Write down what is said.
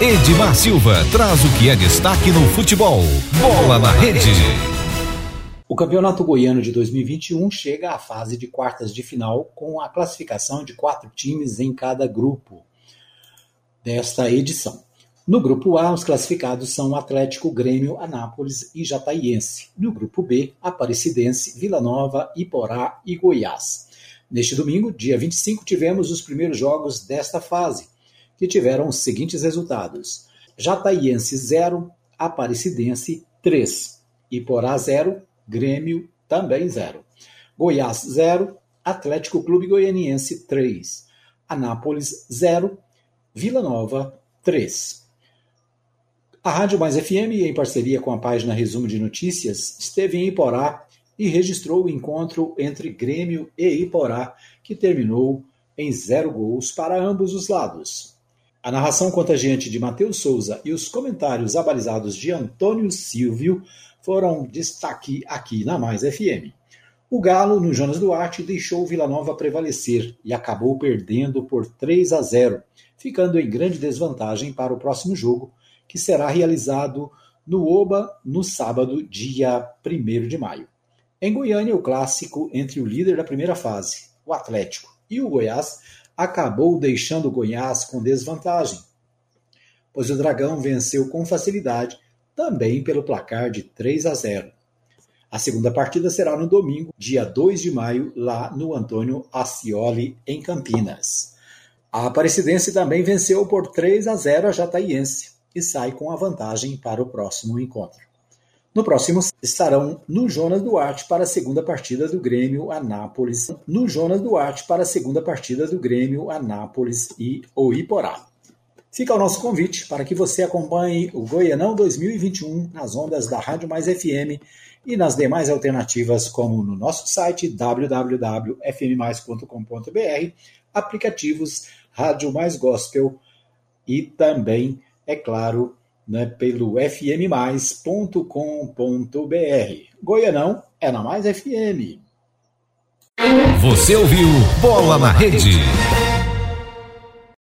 Edmar Silva traz o que é destaque no futebol. Bola na Rede. O Campeonato Goiano de 2021 chega à fase de quartas de final com a classificação de 4 times em cada grupo desta edição. No grupo A, os classificados são Atlético, Grêmio, Anápolis e Jataiense. No grupo B, Aparecidense, Vila Nova, Iporá e Goiás. Neste domingo, dia 25, tivemos os primeiros jogos desta fase, que tiveram os seguintes resultados: Jataiense 0, Aparecidense 3, Iporá 0, Grêmio também 0, Goiás 0, Atlético Clube Goianiense 3, Anápolis 0, Vila Nova 3. A Rádio Mais FM, em parceria com a página Resumo de Notícias, esteve em Iporá e registrou o encontro entre Grêmio e Iporá, que terminou em 0 gols para ambos os lados. A narração contagiante de Matheus Souza e os comentários abalizados de Antônio Silvio foram destaque aqui na Mais FM. O Galo, no Jonas Duarte, deixou o Vila Nova prevalecer e acabou perdendo por 3-0, ficando em grande desvantagem para o próximo jogo, que será realizado no Oba no sábado, dia 1º de maio. Em Goiânia, o clássico entre o líder da primeira fase, o Atlético, e o Goiás, acabou deixando o Goiás com desvantagem, pois o Dragão venceu com facilidade, também pelo placar de 3-0. A segunda partida será no domingo, dia 2 de maio, lá no Antônio Ascioli, em Campinas. A Aparecidense também venceu por 3-0 a Jataiense e sai com a vantagem para o próximo encontro. No próximo, estarão no Jonas Duarte para a segunda partida do Grêmio, Anápolis, e o Iporá. Fica o nosso convite para que você acompanhe o Goianão 2021 nas ondas da Rádio Mais FM e nas demais alternativas, como no nosso site www.fmmais.com.br, aplicativos Rádio Mais Gospel e também, é claro, pelo fmmais.com.br. Goianão é na Mais FM. Você ouviu Bola na Rede.